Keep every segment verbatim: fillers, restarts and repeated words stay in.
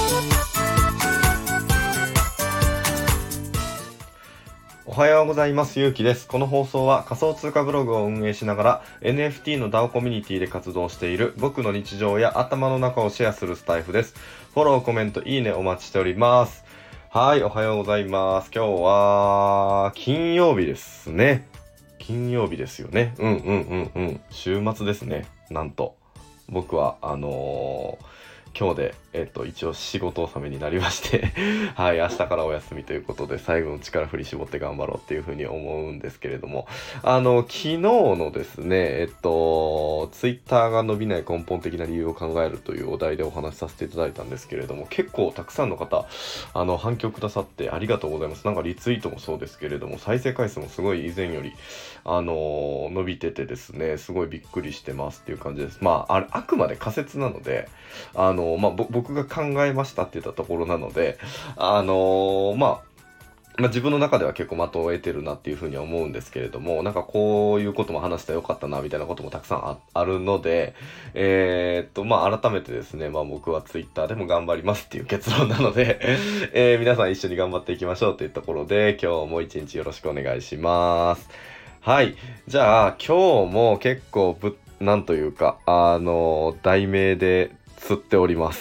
おはようございます。ゆうきです。この放送は仮想通貨ブログを運営しながら エヌエフティー の ダオ コミュニティで活動している僕の日常や頭の中をシェアするスタイフです。フォロー、コメント、いいねお待ちしております。はい、おはようございます。今日は金曜日ですね。金曜日ですよね。うんうんうんうん。週末ですね。なんと。僕はあのー今日で、えっと、一応仕事納めになりましてはい、明日からお休みということで、最後の力振り絞って頑張ろうっていうふうに思うんですけれども、あの、昨日のですね、えっと、ツイッターが伸びない根本的な理由を考えるというお題でお話しさせていただいたんですけれども、結構たくさんの方、あの、反響くださってありがとうございます。なんかリツイートもそうですけれども、再生回数もすごい以前より、あの、伸びててですね、すごいびっくりしてますっていう感じです。まあ、あれ、あくまで仮説なので、あの、まあ、僕が考えましたって言ったところなので、あのーまあ、まあ、自分の中では結構的を得てるなっていうふうには思うんですけれども、なんかこういうことも話したらよかったなみたいなこともたくさん あ, あるので、えー、っと、まあ、改めてですね、まあ僕はツイッターでも頑張りますっていう結論なので、えー、皆さん一緒に頑張っていきましょうというところで、今日も一日よろしくお願いします。はい。じゃあ、今日も結構ぶ、なんというか、あの、題名で釣っております。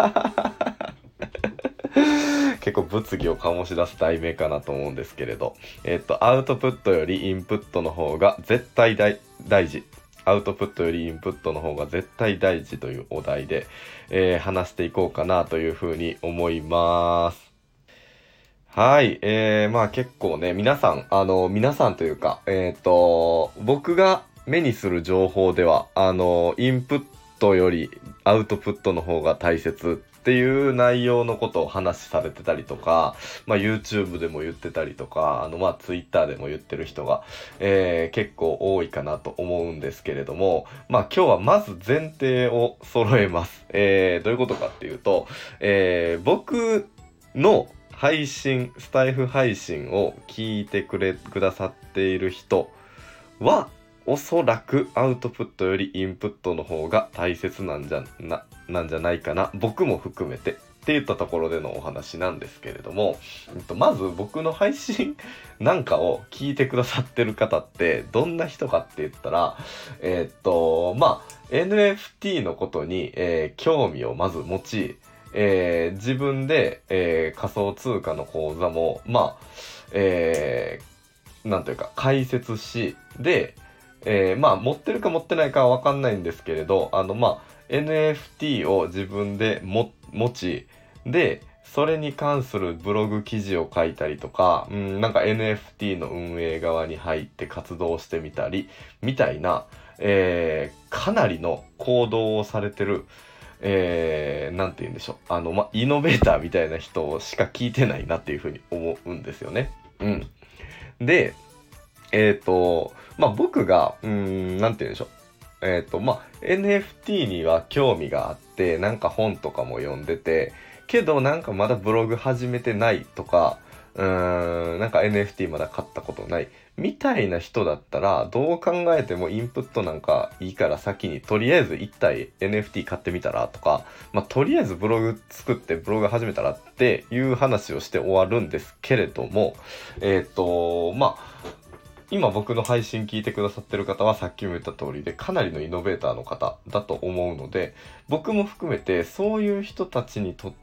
結構物議を醸し出す題名かなと思うんですけれど、えっと、アウトプットよりインプットの方が絶対大、大事。アウトプットよりインプットの方が絶対大事というお題で、えー話していこうかなというふうに思います。はい、えー、まあ結構ね、皆さん、あの、皆さんというか、えっと、僕が目にする情報では、あの、インプットよりアウトプットの方が大切っていう内容のことを話されてたりとか、まあ YouTube でも言ってたりとか、あの、まあ Twitter でも言ってる人が、えー、結構多いかなと思うんですけれども、まあ今日はまず前提を揃えます。えー、どういうことかっていうと、えー、僕の配信、スタイフ配信を聞いてくれ、くださっている人は、おそらくアウトプットよりインプットの方が大切なんじゃな、なんじゃないかな。僕も含めて。って言ったところでのお話なんですけれども、えっと、まず僕の配信なんかを聞いてくださってる方ってどんな人かって言ったら、えっと、まあ、エヌエフティー のことに、えー興味をまず持ち、えー自分で、えー仮想通貨の口座も、まあ、えーなんというか、解説し、で、えーまあ、持ってるか持ってないかはわかんないんですけれど、あの、まあ、エヌエフティー を自分でも持ち、で、それに関するブログ記事を書いたりとか、うん、なんか エヌエフティー の運営側に入って活動してみたり、みたいな、えーかなりの行動をされてる、えー、なんて言うんでしょう。あの、ま、イノベーターみたいな人しか聞いてないなっていうふうに思うんですよね。うん。で、えっと、まあ、僕が、うーん、なんて言うんでしょう。えっと、まあ、エヌエフティー には興味があって、なんか本とかも読んでて、けどなんかまだブログ始めてないとか、うーん、なんか エヌエフティー まだ買ったことない、みたいな人だったら、どう考えてもインプットなんかいいから先に、とりあえず一体 エヌエフティー 買ってみたらとか、まあ、とりあえずブログ作ってブログ始めたらっていう話をして終わるんですけれども、えっと、まあ、今僕の配信聞いてくださってる方はさっきも言った通りでかなりのイノベーターの方だと思うので、僕も含めてそういう人たちにとって、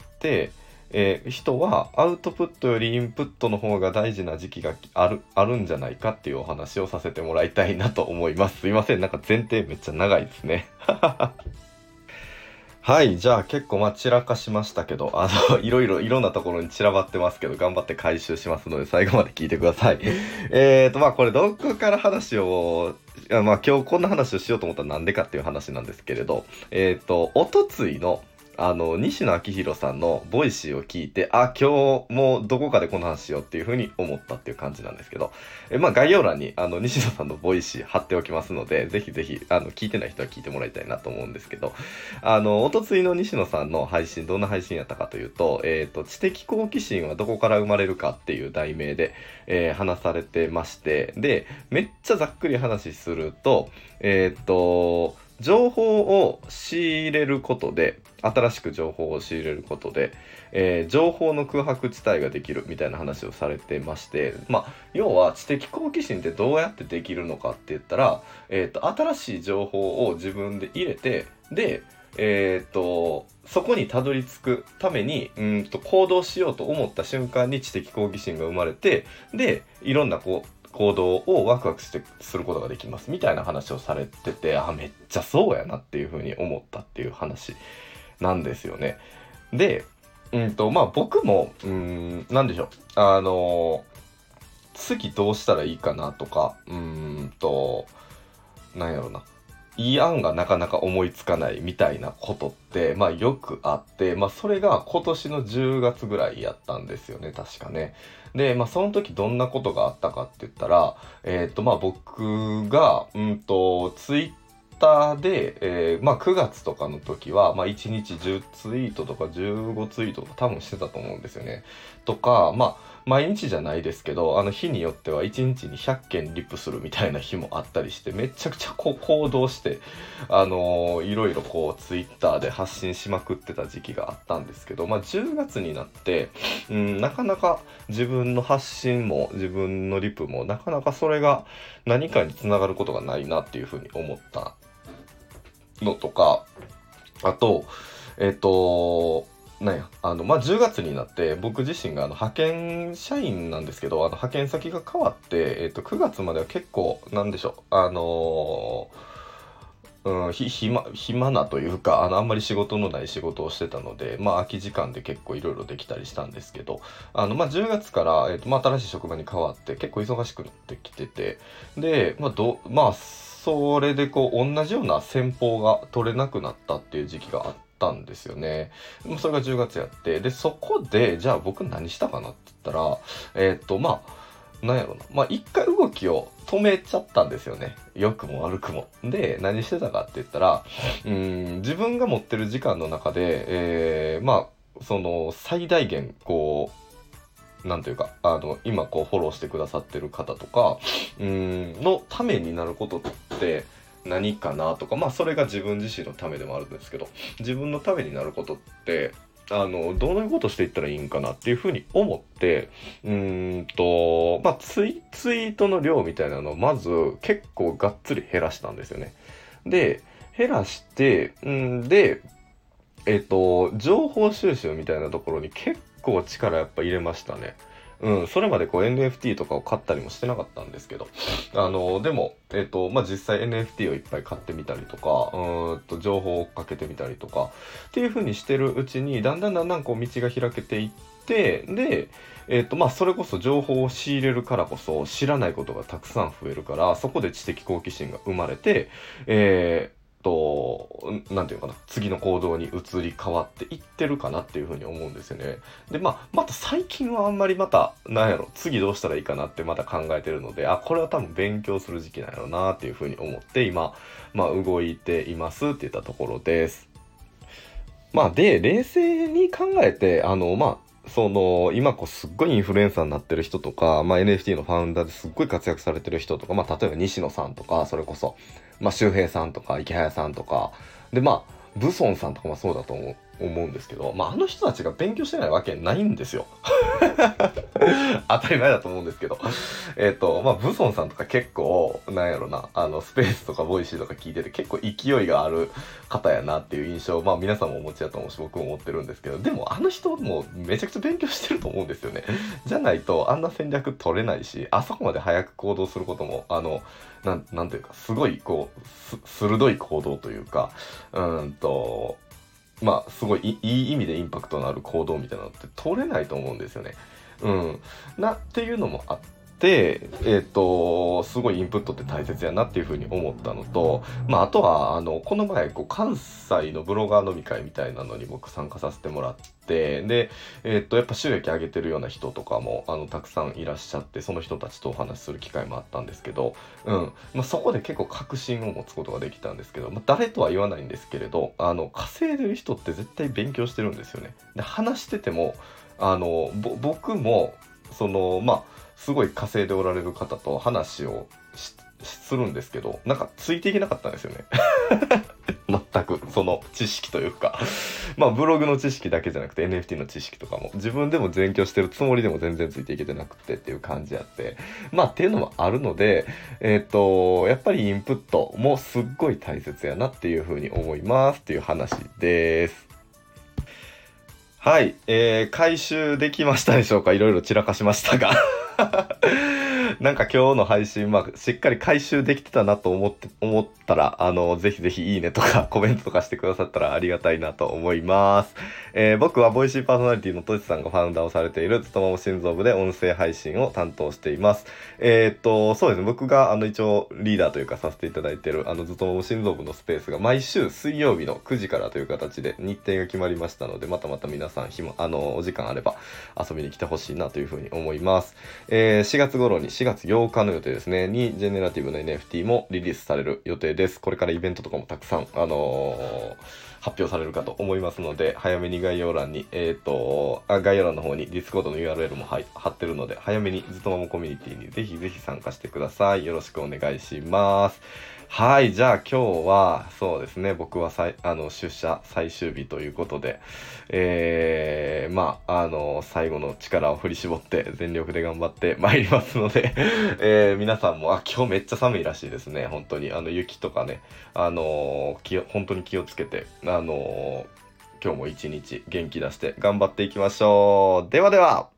えー人はアウトプットよりインプットの方が大事な時期がある、あるんじゃないかっていうお話をさせてもらいたいなと思います。すいません。なんか前提めっちゃ長いですね。はい。じゃあ結構まあ散らかしましたけど、あの、いろいろ、いろんなところに散らばってますけど、頑張って回収しますので、最後まで聞いてください。えーと、まあこれどこから話を、あまあ今日こんな話をしようと思ったらなんでかっていう話なんですけれど、えーと、おとついの、あの、西野昭弘さんのボイシーを聞いて、あ、今日もうどこかでこの話しようっていうふうに思ったっていう感じなんですけど、え、まあ概要欄にあの西野さんのボイシー貼っておきますので、ぜひぜひ、あの、聞いてない人は聞いてもらいたいなと思うんですけど、あの、おとついの西野さんの配信、どんな配信やったかというと、えっと、知的好奇心はどこから生まれるかっていう題名で、えー話されてまして、で、めっちゃざっくり話すると、えっと、情報を仕入れることで、 新しく情報を仕入れることで、えー情報の空白地帯ができるみたいな話をされてまして、まあ、要は知的好奇心ってどうやってできるのかって言ったら、えーと、新しい情報を自分で入れて、で、えーと、そこにたどり着くためにうんと行動しようと思った瞬間に知的好奇心が生まれて、で、いろんなこう行動をワクワクしてすることができますみたいな話をされてて、あ、めっちゃそうやなっていうふうに思ったっていう話なんですよね。で、うんとまあ僕もうーんなんでしょう、あの次どうしたらいいかなとか、うーんとなんやろな、いい案がなかなか思いつかないみたいなことってまあよくあって、まあそれが今年のじゅうがつぐらいやったんですよね、確かね。で、まあその時どんなことがあったかって言ったら、えっとまあ僕がうんとツイッターで、えーまあくがつとかの時はまあいちにちじゅうツイートとかじゅうごツイートとか多分してたと思うんですよね。とか、まあ毎日じゃないですけど、あの日によってはいちにちにひゃっけんリプするみたいな日もあったりして、めちゃくちゃこう行動して、あのーいろいろこうツイッターで発信しまくってた時期があったんですけど、まあじゅうがつになって、うん、なかなか自分の発信も自分のリプもなかなかそれが何かにつながることがないなっていうふうに思ったのとか、あと、えっと、なんや、あの、まあ、じゅうがつになって僕自身があの派遣社員なんですけど、あの派遣先が変わって、えっと、くがつまでは結構、なんでしょう、あのーうん、ひ、暇、暇なというか、あの、あんまり仕事のない仕事をしてたので、まあ、空き時間で結構いろいろできたりしたんですけど、あの、まあ、じゅうがつから、えっと、まあ、新しい職場に変わって、結構忙しくなってきてて、で、まあ、ど、まあ、それでこう、同じような戦法が取れなくなったっていう時期があったんですよね。まあそれがじゅうがつやって、で、そこで、じゃあ僕何したかなって言ったら、えっと、まあ、なんやろな。まあ、一回動きを止めちゃったんですよね。良くも悪くも。で、何してたかって言ったら、うーん、自分が持ってる時間の中で、えー、まあ、その、最大限、こう、なんというか、あの、今こう、フォローしてくださってる方とか、うーん、のためになることって何かなとか、まあ、それが自分自身のためでもあるんですけど、自分のためになることって、あの、どういうことしていったらいいんかなっていうふうに思って、うーんと、まあ、ツイ、ツイートの量みたいなのをまず結構がっつり減らしたんですよね。で、減らして、んで、えっと、情報収集みたいなところに結構力やっぱ入れましたね。うん、それまでこう エヌエフティー とかを買ったりもしてなかったんですけど、あの、でも、えっと、まあ、実際 エヌエフティー をいっぱい買ってみたりとか、うーんと、情報を追っかけてみたりとか、っていう風にしてるうちに、だんだんだんだんこう道が開けていって、で、えっと、まあ、それこそ情報を仕入れるからこそ、知らないことがたくさん増えるから、そこで知的好奇心が生まれて、えーと、なんていうのかな、次の行動に移り変わっていってるかなっていうふうに思うんですよね。で、まあ、また最近はあんまりまた、なんやろ、次どうしたらいいかなってまた考えてるので、あ、これは多分勉強する時期なんやろなっていうふうに思って、今、まあ、動いていますって言ったところです。まあ、で、冷静に考えて、あの、まあ、その、今こうすっごいインフルエンサーになってる人とか、まあ エヌエフティー のファウンダーですっごい活躍されてる人とか、まあ例えば西野さんとか、それこそ、まあ周平さんとか、池早さんとか、でまあ、ブソンさんとかもそうだと思う、思うんですけど、まああの人たちが勉強してないわけないんですよ。当たり前だと思うんですけど。えっと、まあ、ブソンさんとか結構、なんやろな、あの、スペースとかボイシーとか聞いてて結構勢いがある方やなっていう印象、まあ皆さんもお持ちだと思うし、僕も思ってるんですけど、でもあの人もめちゃくちゃ勉強してると思うんですよね。じゃないと、あんな戦略取れないし、あそこまで早く行動することも、あの、なん、なんていうか、すごい、こう、す、鋭い行動というか、うーんと、まあ、すごいいいい意味でインパクトのある行動みたいなのって取れないと思うんですよね。うん。なっていうのもあって、えっと、すごいインプットって大切やなっていうふうに思ったのと、まあ、あとは、あの、この前、こう、関西のブロガー飲み会みたいなのに僕参加させてもらって、で、えっと、やっぱ収益上げてるような人とかも、あの、たくさんいらっしゃって、その人たちとお話しする機会もあったんですけど、うん。まあ、そこで結構確信を持つことができたんですけど、まあ、誰とは言わないんですけれど、あの、稼いでる人って絶対勉強してるんですよね。で、話してても、あの、ぼ僕も、その、まあ、すごい稼いでおられる方と話をしするんですけど、なんかついていけなかったんですよね。 全くその知識というかまあブログの知識だけじゃなくて エヌエフティー の知識とかも自分でも勉強してるつもりでも全然ついていけてなくてっていう感じやって、まあっていうのもあるので、えっとやっぱりインプットもすっごい大切やなっていうふうに思いますっていう話です。はい、えー、回収できましたでしょうか。いろいろ散らかしましたがなんか今日の配信、まあ、しっかり回収できてたなと思って、思ったら、あの、ぜひぜひいいねとかコメントとかしてくださったらありがたいなと思います。えー、僕はボイシーパーソナリティのとしさんがファウンダーをされているつともも心臓部で音声配信を担当しています。えー、っと、そうですね、僕があの一応リーダーというかさせていただいているあのずともも心臓部のスペースが毎週水曜日のくじからという形で日程が決まりましたので、またまた皆さん暇、あの、お時間あれば遊びに来てほしいなというふうに思います。えー、しがつ頃にしがつようかの予定ですね、にジェネラティブの エヌエフティー もリリースされる予定です。これからイベントとかもたくさん、あのー発表されるかと思いますので、早めに概要欄に、えっ、とあ、概要欄の方に Discord の ユーアールエル も貼ってるので、早めにずっとももコミュニティにぜひぜひ参加してください。よろしくお願いします。はい、じゃあ今日は、そうですね、僕はさいあの出社最終日ということで、えー、まあ、あの、最後の力を振り絞って全力で頑張ってまいりますので、えー、皆さんも、あ、今日めっちゃ寒いらしいですね、本当に。あの、雪とかね、あの気を本当に気をつけて、あの今日も一日元気出して頑張っていきましょう。ではでは。